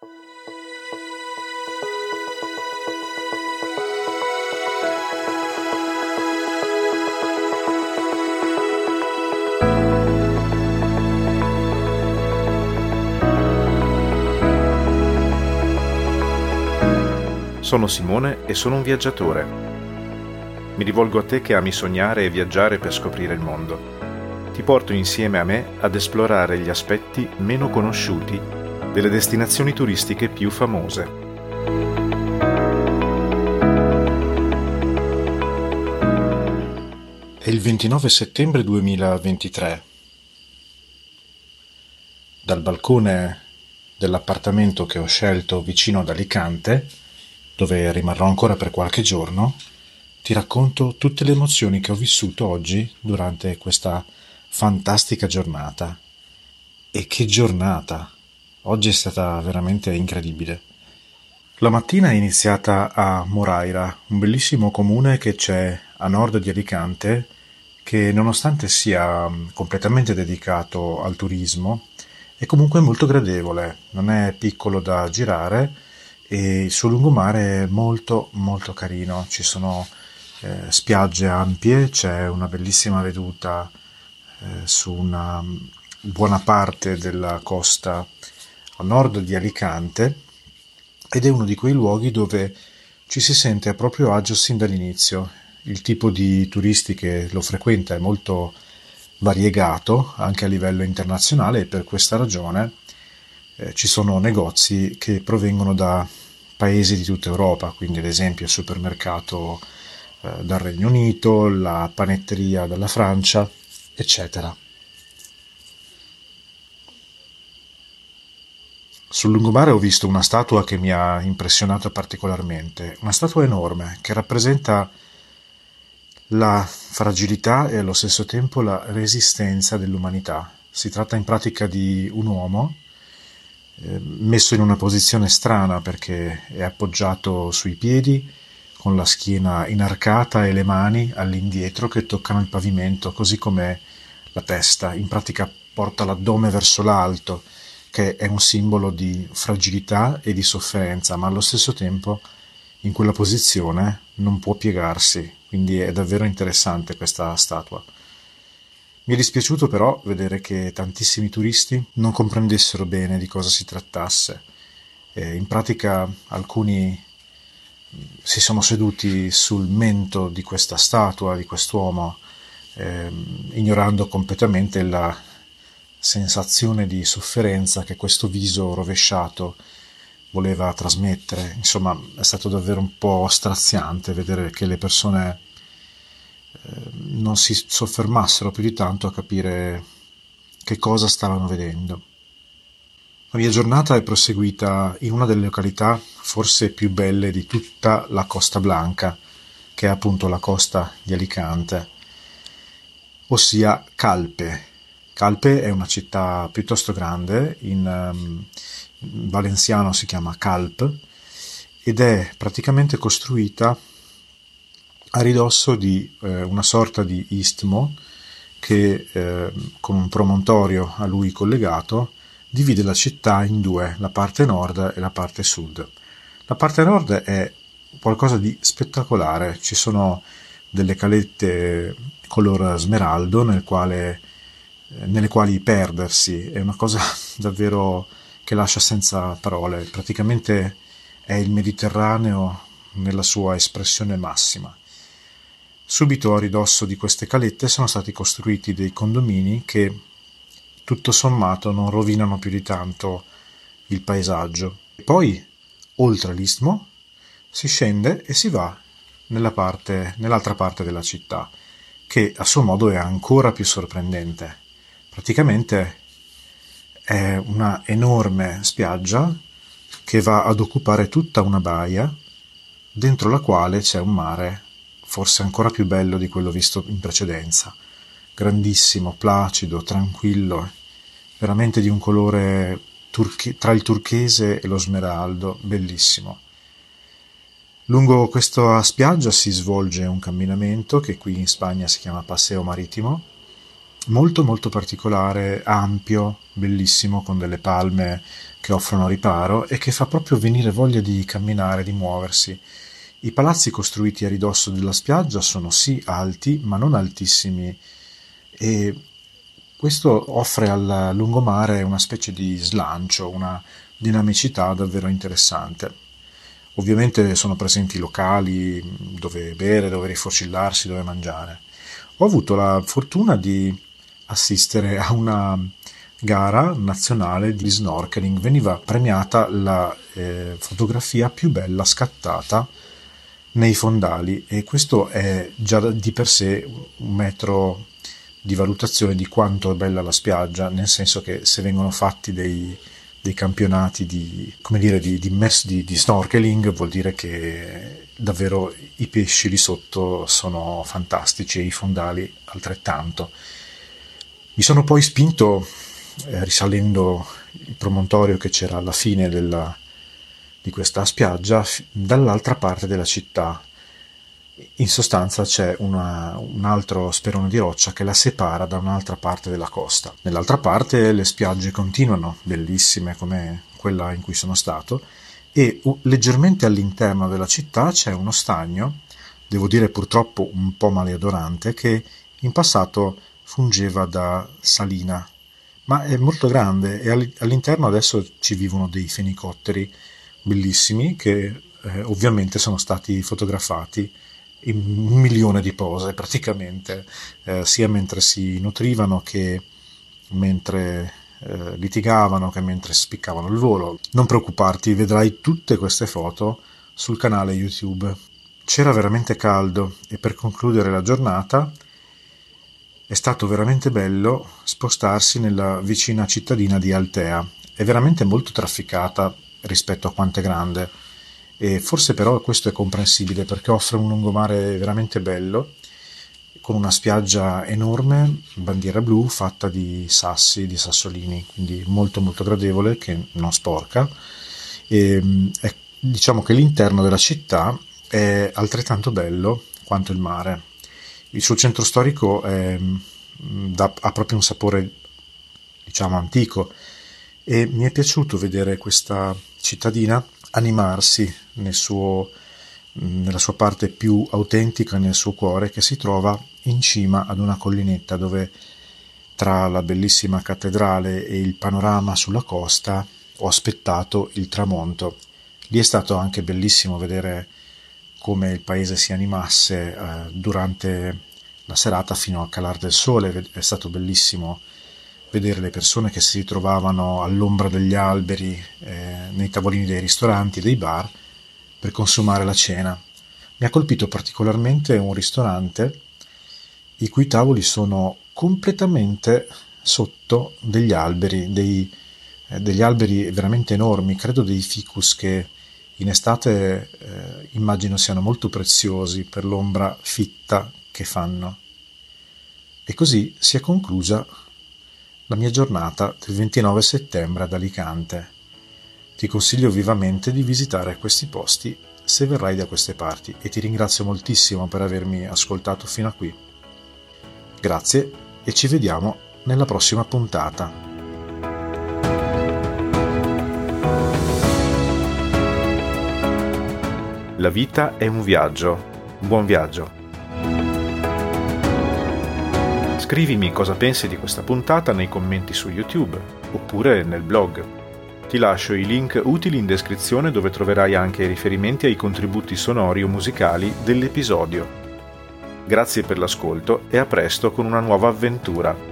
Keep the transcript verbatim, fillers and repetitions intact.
Sono Simone e sono un viaggiatore. Mi rivolgo a te che ami sognare e viaggiare per scoprire il mondo. Ti porto insieme a me ad esplorare gli aspetti meno conosciuti delle destinazioni turistiche più famose. È il ventinove settembre duemilaventitré. Dal balcone dell'appartamento che ho scelto vicino ad Alicante, dove rimarrò ancora per qualche giorno, ti racconto tutte le emozioni che ho vissuto oggi durante questa fantastica giornata. E che giornata! Oggi è stata veramente incredibile. La mattina è iniziata a Moraira, un bellissimo comune che c'è a nord di Alicante, che nonostante sia completamente dedicato al turismo, è comunque molto gradevole, non è piccolo da girare e il suo lungomare è molto molto carino. Ci sono eh, spiagge ampie, c'è una bellissima veduta eh, su una buona parte della costa a nord di Alicante ed è uno di quei luoghi dove ci si sente a proprio agio sin dall'inizio. Il tipo di turisti che lo frequenta è molto variegato anche a livello internazionale e per questa ragione eh, ci sono negozi che provengono da paesi di tutta Europa, quindi ad esempio il supermercato eh, dal Regno Unito, la panetteria dalla Francia, eccetera. Sul lungomare ho visto una statua che mi ha impressionato particolarmente, una statua enorme che rappresenta la fragilità e allo stesso tempo la resistenza dell'umanità. Si tratta in pratica di un uomo eh, messo in una posizione strana perché è appoggiato sui piedi, con la schiena inarcata e le mani all'indietro che toccano il pavimento, così come la testa. In pratica porta l'addome verso l'alto, che è un simbolo di fragilità e di sofferenza, ma allo stesso tempo in quella posizione non può piegarsi, quindi è davvero interessante questa statua. Mi è dispiaciuto però vedere che tantissimi turisti non comprendessero bene di cosa si trattasse. Eh, in pratica alcuni si sono seduti sul mento di questa statua, di quest'uomo, eh, ignorando completamente la sensazione di sofferenza che questo viso rovesciato voleva trasmettere. Insomma, è stato davvero un po' straziante vedere che le persone eh, non si soffermassero più di tanto a capire che cosa stavano vedendo. La mia giornata è proseguita in una delle località forse più belle di tutta la Costa Blanca, che è appunto la costa di Alicante, ossia Calpe. Calpe è una città piuttosto grande, in um, valenciano si chiama Calp, ed è praticamente costruita a ridosso di eh, una sorta di istmo che, eh, con un promontorio a lui collegato, divide la città in due, la parte nord e la parte sud. La parte nord è qualcosa di spettacolare, ci sono delle calette color smeraldo nel quale, eh, nelle quali perdersi, è una cosa davvero che lascia senza parole. Praticamente è il Mediterraneo nella sua espressione massima. Subito a ridosso di queste calette sono stati costruiti dei condomini che tutto sommato non rovinano più di tanto il paesaggio. E poi, oltre l'istmo, si scende e si va nella parte, nell'altra parte della città, che a suo modo è ancora più sorprendente. Praticamente è una enorme spiaggia che va ad occupare tutta una baia, dentro la quale c'è un mare forse ancora più bello di quello visto in precedenza, grandissimo, placido, tranquillo, veramente di un colore turche- tra il turchese e lo smeraldo, bellissimo. Lungo questa spiaggia si svolge un camminamento che qui in Spagna si chiama Paseo Marittimo molto molto particolare, ampio, bellissimo, con delle palme che offrono riparo e che fa proprio venire voglia di camminare, di muoversi. I palazzi costruiti a ridosso della spiaggia sono sì alti, ma non altissimi, e questo offre al lungomare una specie di slancio, una dinamicità davvero interessante. Ovviamente sono presenti locali dove bere, dove rifocillarsi, dove mangiare. Ho avuto la fortuna di assistere a una gara nazionale di snorkeling. Veniva premiata la eh, fotografia più bella scattata nei fondali, e questo è già di per sé un metro di valutazione di quanto è bella la spiaggia, nel senso che se vengono fatti dei, dei campionati di, come dire, di, di, mess, di, di snorkeling, vuol dire che davvero i pesci lì sotto sono fantastici e i fondali altrettanto. Mi sono poi spinto, eh, risalendo il promontorio che c'era alla fine della, di questa spiaggia, dall'altra parte della città. In sostanza c'è una, un altro sperone di roccia che la separa da un'altra parte della costa. Nell'altra parte le spiagge continuano, bellissime come quella in cui sono stato, e uh, leggermente all'interno della città c'è uno stagno, devo dire purtroppo un po' maleodorante, che in passato fungeva da salina, ma è molto grande, e all'interno adesso ci vivono dei fenicotteri bellissimi che eh, ovviamente sono stati fotografati in un milione di pose praticamente, eh, sia mentre si nutrivano che mentre eh, litigavano, che mentre spiccavano il volo. Non preoccuparti, vedrai tutte queste foto sul canale YouTube. C'era veramente caldo, e per concludere la giornata è stato veramente bello spostarsi nella vicina cittadina di Altea. È veramente molto trafficata rispetto a quanto è grande, e forse però questo è comprensibile, perché offre un lungomare veramente bello, con una spiaggia enorme, bandiera blu fatta di sassi, di sassolini, quindi molto molto gradevole, che non sporca. E, è, diciamo che l'interno della città è altrettanto bello quanto il mare. Il suo centro storico è, da, ha proprio un sapore, diciamo, antico, e mi è piaciuto vedere questa cittadina animarsi nel suo, nella sua parte più autentica, nel suo cuore, che si trova in cima ad una collinetta dove, tra la bellissima cattedrale e il panorama sulla costa, ho aspettato il tramonto. Lì è stato anche bellissimo vedere come il paese si animasse eh, durante la serata fino al calar del sole. È stato bellissimo vedere le persone che si trovavano all'ombra degli alberi, eh, nei tavolini dei ristoranti e dei bar per consumare la cena. Mi ha colpito particolarmente un ristorante i cui tavoli sono completamente sotto degli alberi, dei, eh, degli alberi veramente enormi, credo dei ficus, che in estate eh, immagino siano molto preziosi per l'ombra fitta che fanno. E così si è conclusa la mia giornata del ventinove settembre ad Alicante. Ti consiglio vivamente di visitare questi posti se verrai da queste parti, e ti ringrazio moltissimo per avermi ascoltato fino a qui. Grazie, e ci vediamo nella prossima puntata. La vita è un viaggio. Buon viaggio. Scrivimi cosa pensi di questa puntata nei commenti su YouTube oppure nel blog. Ti lascio i link utili in descrizione, dove troverai anche i riferimenti ai contributi sonori o musicali dell'episodio. Grazie per l'ascolto e a presto con una nuova avventura.